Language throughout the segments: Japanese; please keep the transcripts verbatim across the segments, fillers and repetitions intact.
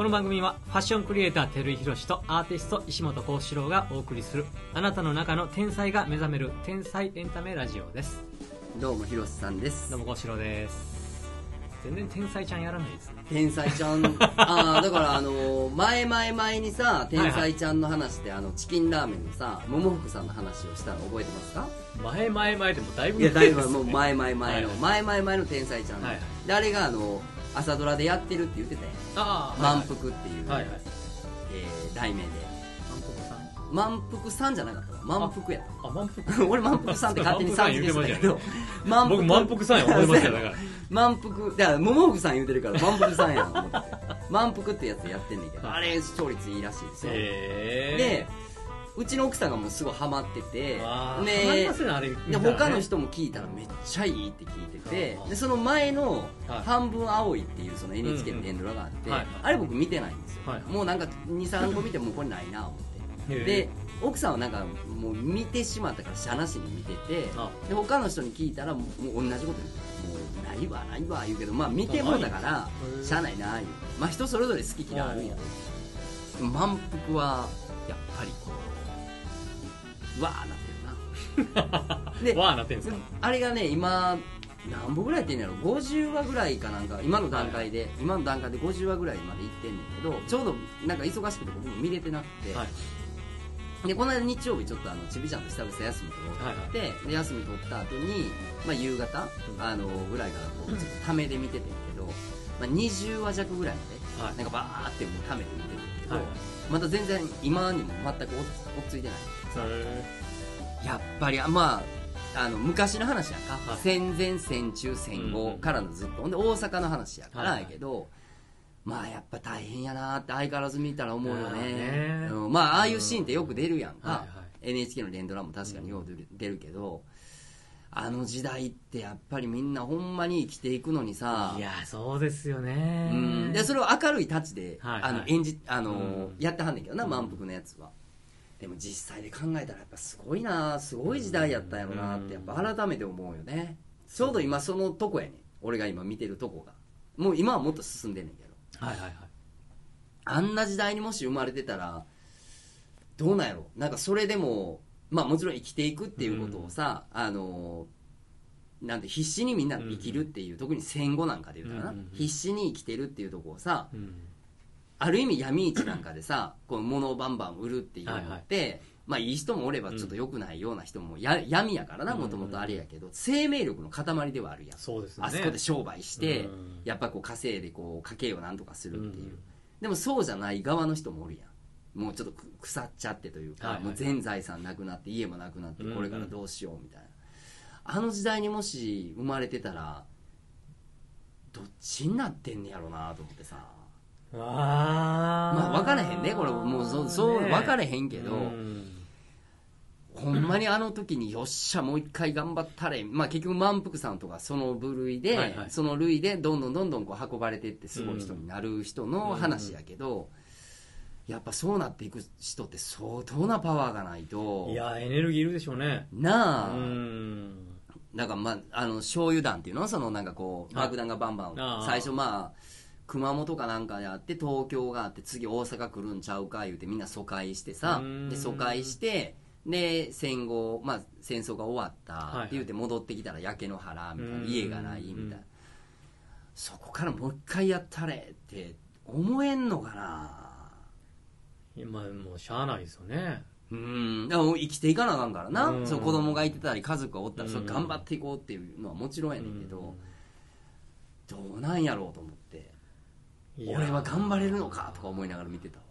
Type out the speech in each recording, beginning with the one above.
この番組はファッションクリエイター照井宏とアーティスト石本幸四郎がお送りするあなたの中の天才が目覚める天才エンタメラジオです。 どうも広瀬さんです。 どうも幸四郎です。全然天才ちゃんやらないですね。 天才ちゃんあだからあの前前前にさ天才ちゃんの話で、はいはい、あのチキンラーメンのさ桃福さんの話をしたの覚えてますか？ 前前前でもだいぶいやだいぶもう前前前の、はいはい、前前前の天才ちゃん、 はいはい、 であれがあの朝ドラでやってるって言ってたやん。 あ、 満腹っていう、はいはい、えー、題名で満腹さんじゃなかったわ。満腹やった。 あ、満腹俺満腹さんって勝手にさん付けしてたけど満腹僕満腹さんや思いますよ。だから満腹だから桃福さん言うてるから満腹さんやん思って満腹ってやつやってんねんけど、あれ視聴率いいらしいですよ。でうちの奥さんがもうすごいハマってて、で他の人も聞いたらめっちゃいいって聞いてて、でその前の半分青いっていうその エヌエイチケー の連ドラがあって、あれ僕見てないんですよ。もうなんか にさんこ見てもうこれないな思って、で奥さんはなんかもう見てしまったからしゃなしに見てて、で他の人に聞いたらもう同じこと言う、もうないわないわ言うけど、まあ見てもだからしゃあないな言う、まあ人それぞれ好き嫌いあるんや。満腹はやっぱりこうわーなってるなでわーなってんですか？ あれがね今何本ぐらいやってんやろ、ごじゅうわぐらいかなんか今の段階で、はい、今の段階でごじゅうわぐらいまでいってんねんけど、ちょうどなんか忙しくて僕も見れてなくて、はい、でこの間日曜日ちょっとあのちびちゃんと久々休み取って、はいはい、で休み取った後に、まあ、夕方、うん、あのぐらいからこうちょっとためで見ててんけど、まあ、にじゅうわ弱ぐらいまで、はい、なんかバーってもうためて見てるけど、はい、また全然今にも全く追っついてない。やっぱりまああの昔の話やんか、はい、戦前戦中戦後からのずっと、うん、で大阪の話やからやけど、はいはい、まあやっぱ大変やなって相変わらず見たら思うよね。ね、うん、まあああいうシーンってよく出るやんか、はいはい、エヌエイチケー の連ドラも確かによく出るけど、うん、あの時代ってやっぱりみんなほんまに生きていくのにさ、 いやそうですよね、 うん、でそれを明るいタッチで、はいはい、あの演じあの、うん、やってはんねんけどな、満腹のやつは。でも実際で考えたらやっぱすごいな、すごい時代やったんやろなってやっぱ改めて思うよね。ちょうど今そのとこやねん、俺が今見てるとこが。もう今はもっと進んでんねんけど、 はいはいはい、 あんな時代にもし生まれてたらどうなんやろ。なんかそれでもまあもちろん生きていくっていうことをさ、あのなんて必死にみんな生きるっていう、特に戦後なんかで言うたらな、必死に生きてるっていうところをさ、ある意味闇市なんかでさこの物をバンバン売るっていうのって、はいはい、まあいい人もおればちょっと良くないような人もや、うん、闇やからな、もともとあれやけど、生命力の塊ではあるやん。 そうですね、 あそこで商売して、うん、やっぱこう稼いでこう家計をなんとかするっていう、うん、でもそうじゃない側の人もおるやん。もうちょっと腐っちゃってというか、はいはい、もう全財産なくなって家もなくなってこれからどうしようみたいな、うんうん、あの時代にもし生まれてたらどっちになってんねやろなと思ってさ。 あまあ分からへんねこれもうそそう分からへんけど、うん、ほんまにあの時によっしゃもう一回頑張ったれ、まあ結局満腹さんとかその部類で、はいはい、その類でどんどんどんどんこう運ばれていってすごい人になる人の話やけど、うん、やっぱそうなっていく人って相当なパワーがないと。 いやエネルギーいるでしょうね。 なあ、うん、だからまああの醤油弾っていうのそのなんかこう爆弾がバンバン最初まあ熊本かなんかであって東京があって次大阪来るんちゃうか言うてみんな疎開してさ、で疎開してで戦後、まあ、戦争が終わったって言うて戻ってきたら焼け野原みたいな、家がないみたいな、そこからもう一回やったれって思えんのかな。 今もうしゃあないですよね。 うん、でも生きていかなあかんからな。そう子供がいてたり家族がおったらそれ頑張っていこうっていうのはもちろんやねんけど、どうなんやろうと思って、俺は頑張れるのかとか思いながら見てたわ。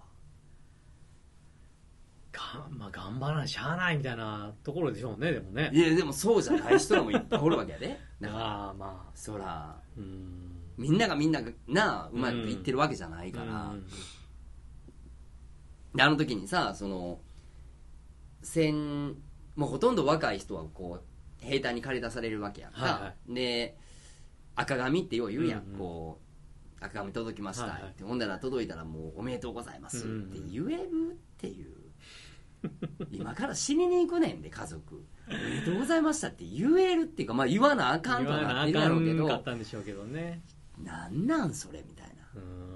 が、まあ、頑張らなしゃあないみたいなところでしょうね。でもね、 いやでもそうじゃない人らもいっぱいおるわけやで。 ああまあそら、うん、みんながみんながなうまくいってるわけじゃないから、うん、であの時にさその戦もうほとんど若い人はこう兵隊に駆り出されるわけやんか、はいはい、で赤紙ってよう言うやん、うんうん、こう赤紙届きました、はいはい、ってほんだら届いたらもうおめでとうございますって言えるっていう、うん、今から死にに行くねんで家族おめでとうございましたって言えるっていうか、まあ言わなあかんとはなってるやろうけど、 言わなあかんかったんでしょうけどね。 なんなんそれみたいな。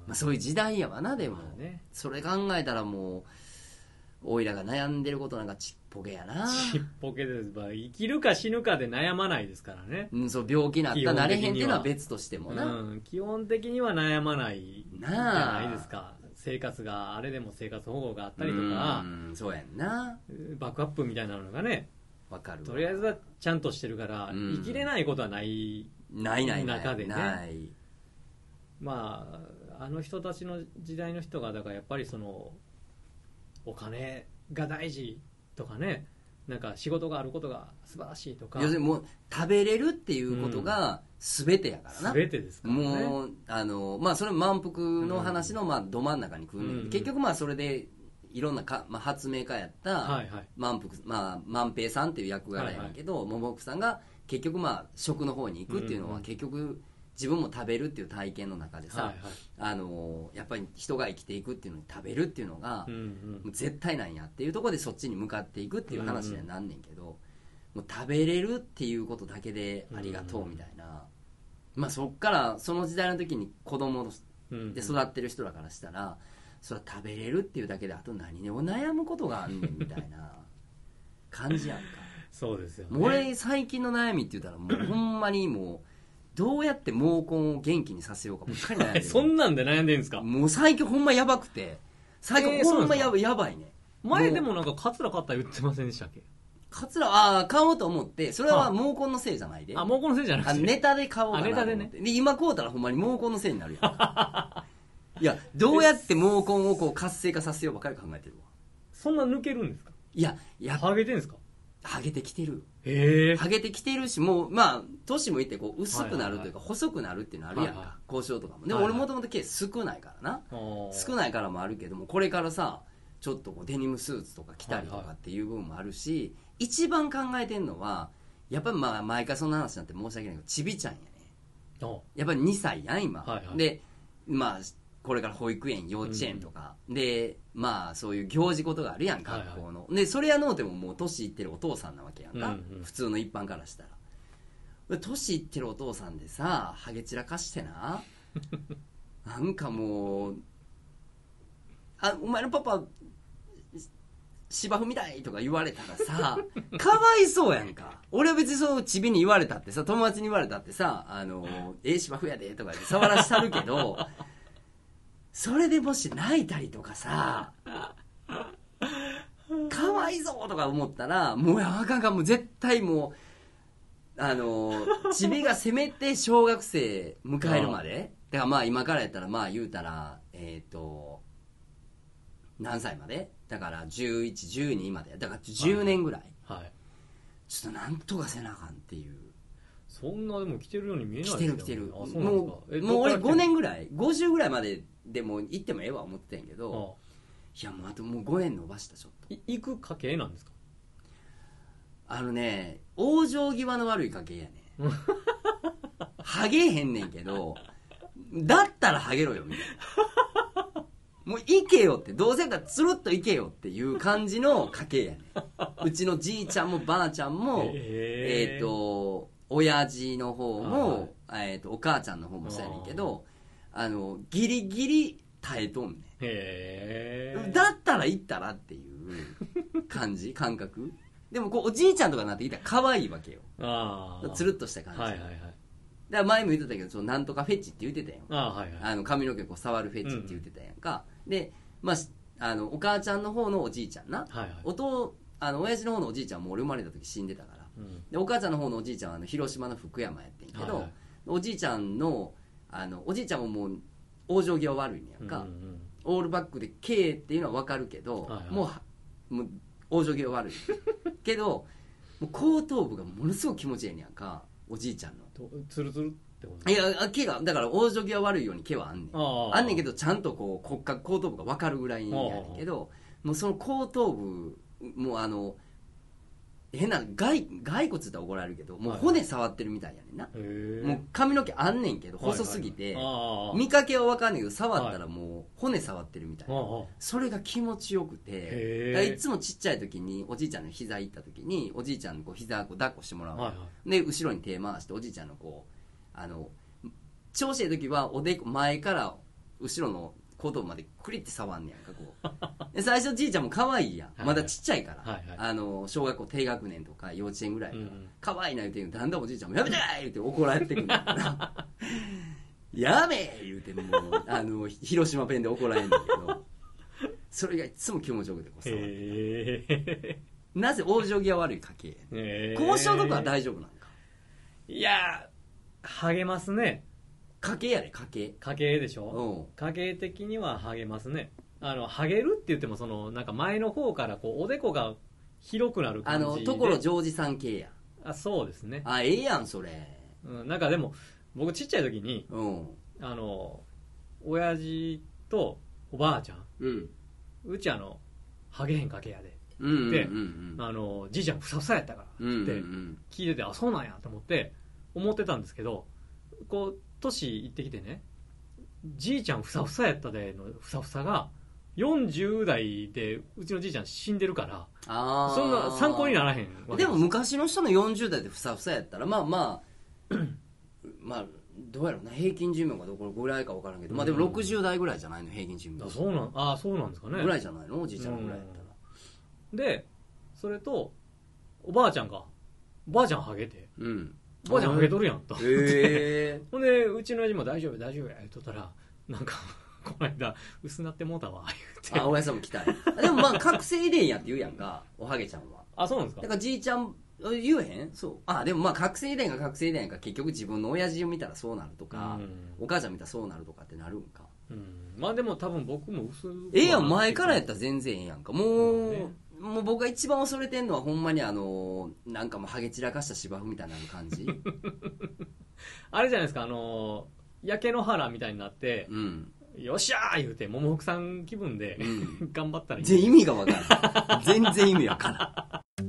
まあ、そういう時代やわな。でも、 まあね、 それ考えたらもうおいらが悩んでることなんかちっぽけやな。 ちっぽけです。まあ、生きるか死ぬかで悩まないですからね。 うん、そう病気になったなれへんっていうのは別としてもな、 うん、基本的には悩まないじゃなあないですか。生活があれでも生活保護があったりとか、 うんそうやんな。 バックアップみたいなのがね、 わかるわ。 とりあえずはちゃんとしてるから、 うん生きれないことはないないないない中でね。 ないまああの人たちの時代の人がだからやっぱりそのお金が大事とかね、なんか仕事があることが素晴らしいとか、 要するにもう食べれるっていうことが全てやからな、 全てですからね。 もうあのまあそれ満腹の話のまあど真ん中に来るんだけど、 うん結局まあそれでいろんなか、まあ、発明家やったはいはい満腹、まあ、万平さんっていう役柄やねんけど、桃福さんが結局まあ食の方に行くっていうのはうんうん結局自分も食べるっていう体験の中でさ、 はいはいあのやっぱり人が生きていくっていうのに食べるっていうのがうんうんもう絶対なんやっていうところでそっちに向かっていくっていう話にはなんねんけど、もう食べれるっていうことだけでありがとうみたいな、まあそっからその時代の時に子供で育ってる人らからしたら、それは食べれるっていうだけであと何を悩むことがあんねんみたいな感じやんか。 そうですよね。 もう俺最近の悩みって言ったらもうほんまにもうどうやって毛根を元気にさせようかばっかり悩んでるそんなんで悩んでるんですか。 もう最近ほんまやばくて最近えーほんまやば,、 そうなんですやばいね。 前でもなんかカツラ買った言ってませんでしたっけ。 カツラああ買おうと思ってそれは毛根のせいじゃないで、 あ、毛根のせいじゃなくてあネタで買おうかなと思ってあネタでで今買うたらほんまに毛根のせいになるやんいやどうやって毛根をこう活性化させようばっかり考えてるわ。 そんな抜けるんですか。 いややっぱハゲてんですか。 ハゲてきてるへえ。 ハゲてきてるしもうまあ年もいってこう薄くなるというかはいはいはい細くなるっていうのあるやんか、 はいは交渉とかもでもはいはい俺もともと毛少ないからな、少い。 ないからもあるけどもこれからさちょっとこうデニムスーツとか着たりとかっていう部分もあるし、一番考えてんのはやっぱりまあ毎回そんな話になって申し訳ないけどちびちゃんやね。 あやっぱりにさいやん今、 はいはいでまあこれから保育園幼稚園とか、でまあそういう行事事があるやん学校の、でそれやのうてももう年いってるお父さんなわけやんか、 うんうん普通の一般からしたら年いってるお父さんでさハゲ散らかしてななんかもうあお前のパパ芝生みたいとか言われたらさかわいそうやんか。俺は別にそうちびに言われたってさ友達に言われたってさあのええ芝生やでとか言って触らしたるけどそれでもし泣いたりとかさかわいそうとか思ったらもうあかんかんもう絶対もうあのちびがせめて小学生迎えるまでだからまあ今からやったらまあ言うたらえっ、ー、と何歳までだからじゅういち、じゅうにまでだからじゅうねんぐらい、 はいはい、 ちょっとなんとかせなあかんっていう。 そんなでも来てるように見えない来てる来てる。 あ、そうなんですか。 もえうもう俺ごねんぐぐらいごじゅうぐらいまででも行ってもええわ思ってたんやけど、いやもうあともうごねん伸ばしたちょっと。 い行く家系なんですか。 あのね往生際の悪い家系やねハゲへんねんけどだったらハゲろよみたいなもう行けよってどうせかつるっと行けよっていう感じの家系やねんうちのじいちゃんもばあちゃんもえっ、ー、と親父の方も、はい、えー、とお母ちゃんの方もそうやねんけどあのギリギリ耐えとんねん。 へだったら行ったらっていう感じ感覚でもこうおじいちゃんとかになってきたら可愛いわけよ。 あつるっとした感じ、 はいはいはい、 だから前も言ってたけどそのなんとかフェチって言ってたやん。 あ、はいはい、 あの髪の毛こう触るフェチって言ってたやんか、うん、で、まあ、あのお母ちゃんの方のおじいちゃんな、 はいはい、 おとあの親父の方のおじいちゃんも俺生まれた時死んでたから、うん、でお母ちゃんの方のおじいちゃんはあの広島の福山やってんけど、はいはい、おじいちゃんのあのおじいちゃんももう往生際悪いねやんか、うんうん、オールバックで K っていうのは分かるけど、はいはい、もうもう往生際悪いけどもう後頭部がものすごく気持ちいいねやんかおじいちゃんのツルツルってこといや毛がだから往生際悪いように毛はあんねん あ, あんねんけどちゃんとこう骨格後頭部が分かるぐらいにやねんけどもうその後頭部もうあの変な骸骸骨って言ったら怒られるけどもう骨触ってるみたいやねんな、はい、もう髪の毛あんねんけど細すぎて、はいはい、見かけは分かんねんけど触ったらもう骨触ってるみたいな、はい、それが気持ちよくてだからいつもちっちゃい時におじいちゃんの膝行った時におじいちゃんのこう膝をこう抱っこしてもらう、はいはい、で後ろに手回しておじいちゃんのこうあの調子いい時はおでこ前から後ろの後頭部までクリって触んねやんかこうで最初じいちゃんも可愛いやん、はいはい、まだちっちゃいから、はいはい、あの小学校低学年とか幼稚園ぐらいから、うん、可愛いな言うてんだんだんおじいちゃんもやめてー言うて怒られてくるからやめー言うてもうあの広島弁で怒られるんだけどそれがいつも気持ちよくてこうへなぜ往生際悪い家系交渉とかは大丈夫なんかいや励ますね家系やで家系家系でしょ、うん、家系的には励ますねあの励るって言ってもそのなんか前の方からこうおでこが広くなる感じであの所ジョージさん系やあそうですねあええやんそれ、 うん、なんかでも僕ちっちゃい時に、うん、あの親父とおばあちゃん、うん、うちあのハゲへん家系やで、うんうんうんうん、であのじいちゃんふさふさやったからって聞いてて、うんうんうん、あそうなんやと思って思ってたんですけどこう年いってきてねじいちゃんふさふさやったでのふさふさがよんじゅう代でうちのじいちゃん死んでるからあそんな参考にならへんわけでも昔の人のよんじゅう代でふさふさやったらまあまあまあどうやろうな平均寿命がどこぐらいか分からんけど、うん、まあでもろくじゅう代ぐらいじゃないの平均寿命あそうなんあそうなんですかねぐらいじゃないのおじいちゃんぐらいやったら、 うん、でそれとおばあちゃんがおばあちゃんハゲてうんおばあちゃんハゲとるやんと、えー、ほんでうちの親父も大丈夫大丈夫や言っとったらなんかこの間薄なってもうたわ言ってあおやさんも来たいでもまあ覚醒遺伝やって言うやんかおはげちゃんはあそうなんですかだからじいちゃん言えへんそうあでもまあ覚醒遺伝が覚醒遺伝やから結局自分の親父を見たらそうなるとか、うん、お母ちゃん見たらそうなるとかってなるんか、 うん、まあでも多分僕も薄ええやん前からやったら全然ええやんかもう、うんねもう僕が一番恐れてんのはほんまにあのなんかもうハゲ散らかした芝生みたいな感じあれじゃないですかあの焼け野原みたいになって、うん、よっしゃー言うて桃福さん気分で、うん、頑張ったらいい全然意味がわからん全然意味わからん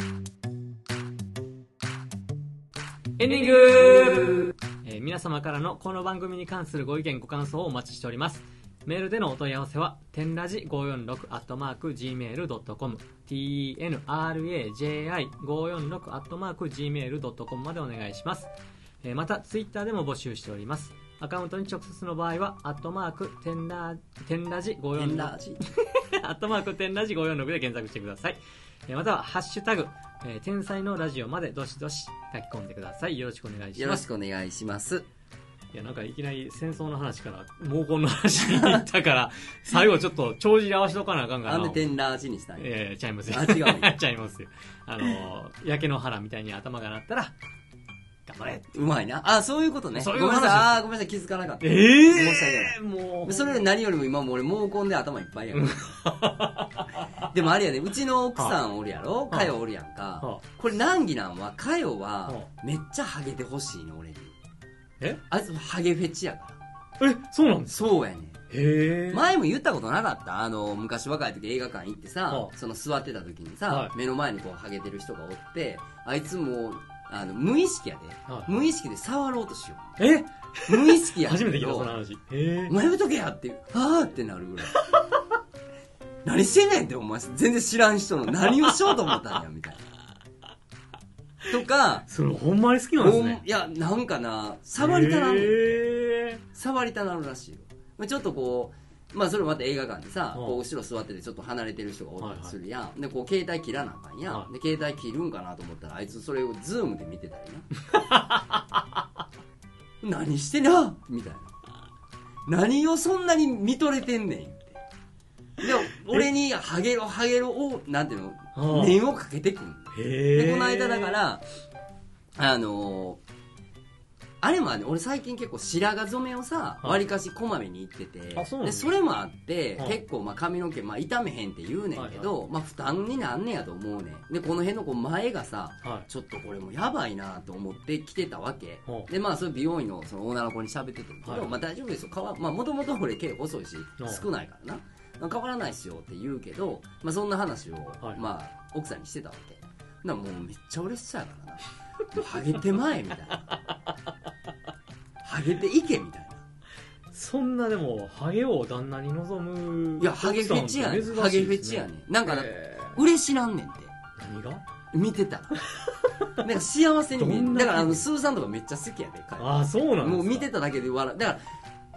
エンディング、えー、皆様からのこの番組に関するご意見ご感想をお待ちしておりますメールでのお問い合わせはテンラジごーよんろくアットマークジーメールドットコム テンラジごーよんろくアットマークジーメールドットコム までお願いします、えー、またツイッターでも募集しておりますアカウントに直接の場合はアットマークテンラジごーよんろくアットマークテンラジごーよんろくで検索してください、えー、またはハッシュタグ、えー、天才のラジオまでどしどし書き込んでくださいよろしくお願いしますよろしくお願いしますいやなんかいきなり戦争の話から毛根の話に行ったから最後ちょっと帳尻合わしとかなあかんかな。 なんで天ラージにしたんや。 ええー、ちゃいますよ。 あ違うね。 ちゃいますよ。あの焼け野原みたいに頭が鳴ったら頑張れ。 うまいな。あそういうことね。 そういう話。 ごめんなさい。あごめんなさい気づかなかった。 ええー。 申し訳ない。もうそれより何よりも今もう俺毛根で頭いっぱいやん。でもあれやねうちの奥さんおるやろ。かよおるやんか。はあ、これ難儀なんはかよはめっちゃハゲてほしいの俺に。えあいつハゲフェチやからえそうなんですかそうやねへえ前も言ったことなかったあの昔若い時映画館行ってさ、はあ、その座ってた時にさ、はい、目の前にこうハゲてる人がおってあいつもあの無意識やで、はい、無意識で触ろうとしようえ無意識や初めて聞いたその話へえお前やめとけやってはーってなるぐらい何してんねんってお前全然知らん人の何をしようと思ったんやみたいなとかそれほんまに好きなんですねいやなんかな触りたなる触りたなるらしいよちょっとこうまあそれまた映画館でさこう後ろ座っててちょっと離れてる人がおったりするやん、はいはい、でこう携帯切らなあかんやん、はい、で携帯切るんかなと思ったらあいつそれをズームで見てたりな何してんなみたいな何をそんなに見とれてんねんってで俺にハゲろハゲろをなんていうの念をかけてくるでこの間だからあのー、あれもね俺最近結構白髪染めをさわりかしこまめに行っててそでそれもあって、はい、結構まあ髪の毛まあ傷めへんって言うねんけど、はいはい、まあ負担になんねやと思うねんでこの辺のこう前がさ、はい、ちょっとこれもうやばいなと思って来てたわけ、はい、でまあそれ美容院のそのオーナーの子に喋っててるけど、はい、まあ大丈夫ですよもともと俺毛細いし少ないからな変わらないっすよって言うけど、まあ、そんな話を、はい、まあ奥さんにしてたわけなもうめっちゃ嬉しそうやからなハゲてまえみたいなハゲていけみたいなそんなでもハゲを旦那に望むいやハゲフェチやねん、ね、ハゲフェチやねんなんか嬉しなんねんって何が見てたらなんか幸せに見えるだからあのスーさんとかめっちゃ好きやでああそうなんですかもう見てただけで笑うだから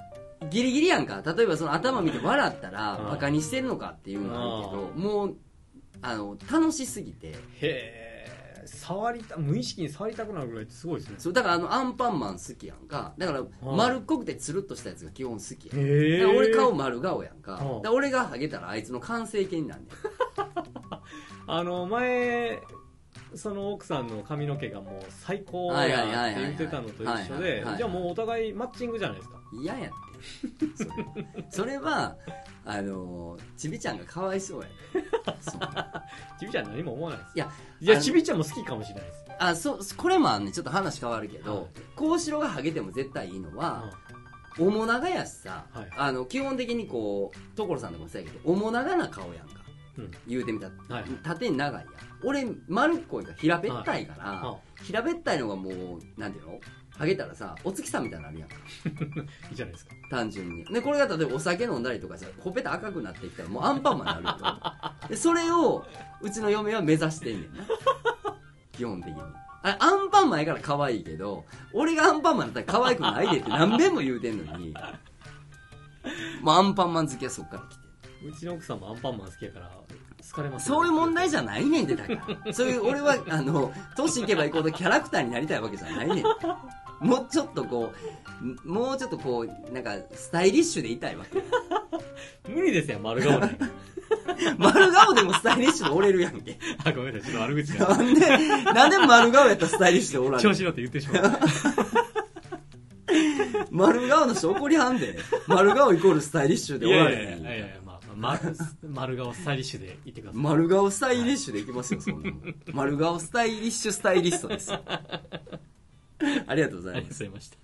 ギリギリやんか。例えばその頭見て笑ったらうんバカにしてるのかっていうのがあるけど、もうあの楽しすぎて。 へえ、触りた無意識に触りたくなるぐらいってすごいですね。 そうだからあのアンパンマン好きやんか。だからうん丸っこくてつるっとしたやつが基本好きやん。 へえ。 だから俺顔丸顔やんか。 うんだから俺がハゲたらあいつの完成形になんねん。 あの前その奥さんの髪の毛がもう最高はいはいやってはいはい言ってたのと一緒はいはいではい、 じゃあもうお互いマッチングじゃないですか。 嫌やってそれそれはあのちびちゃんがかわいそうやそうちびちゃん何も思わないです。 いやいやあのちびちゃんも好きかもしれないです。 あそこれもあんねんちょっと話変わるけど、 はい幸四郎がハゲても絶対いいのは、 う面長やしさ、 はいあの基本的にこう所さんとかもそうやけど面長な顔やんか、 うん言うてみたら、 はい縦に長いやん。俺丸っこいから平べったいから、 は平べったいのがもうなんていうのハゲたらさお月さんみたいになるやんかいいじゃないですか。 単純にでこれが例えばお酒飲んだりとかさほっぺた赤くなってきたらもうアンパンマンになるよでそれをうちの嫁は目指してんねんな基本的にあれアンパンマンやから可愛いけど俺がアンパンマンだったら可愛くないでって何遍も言うてんのにもうアンパンマン好きはそっから来てうちの奥さんもアンパンマン好きやから好かれます、 そういう問題じゃないねんでだからそういう俺はあの年いけばいこうとキャラクターになりたいわけじゃないねんもうちょっとこうもうちょっとこうなんかスタイリッシュでいたいわけ無理ですよ丸顔で丸顔でもスタイリッシュで折れるやんけあごめんなさいちょっと悪口がなんでなんで丸顔やったらスタイリッシュでおらんの調子乗って言ってしまう丸顔の人怒りはんで丸顔イコールスタイリッシュでいやいおられへんやいやいやいや、まあ、ま丸丸顔スタイリッシュで言ってください。 丸顔スタイリッシュでいきますよそんなもん丸顔スタイリッシュスタイリストですよありがとうございますありがとうございました。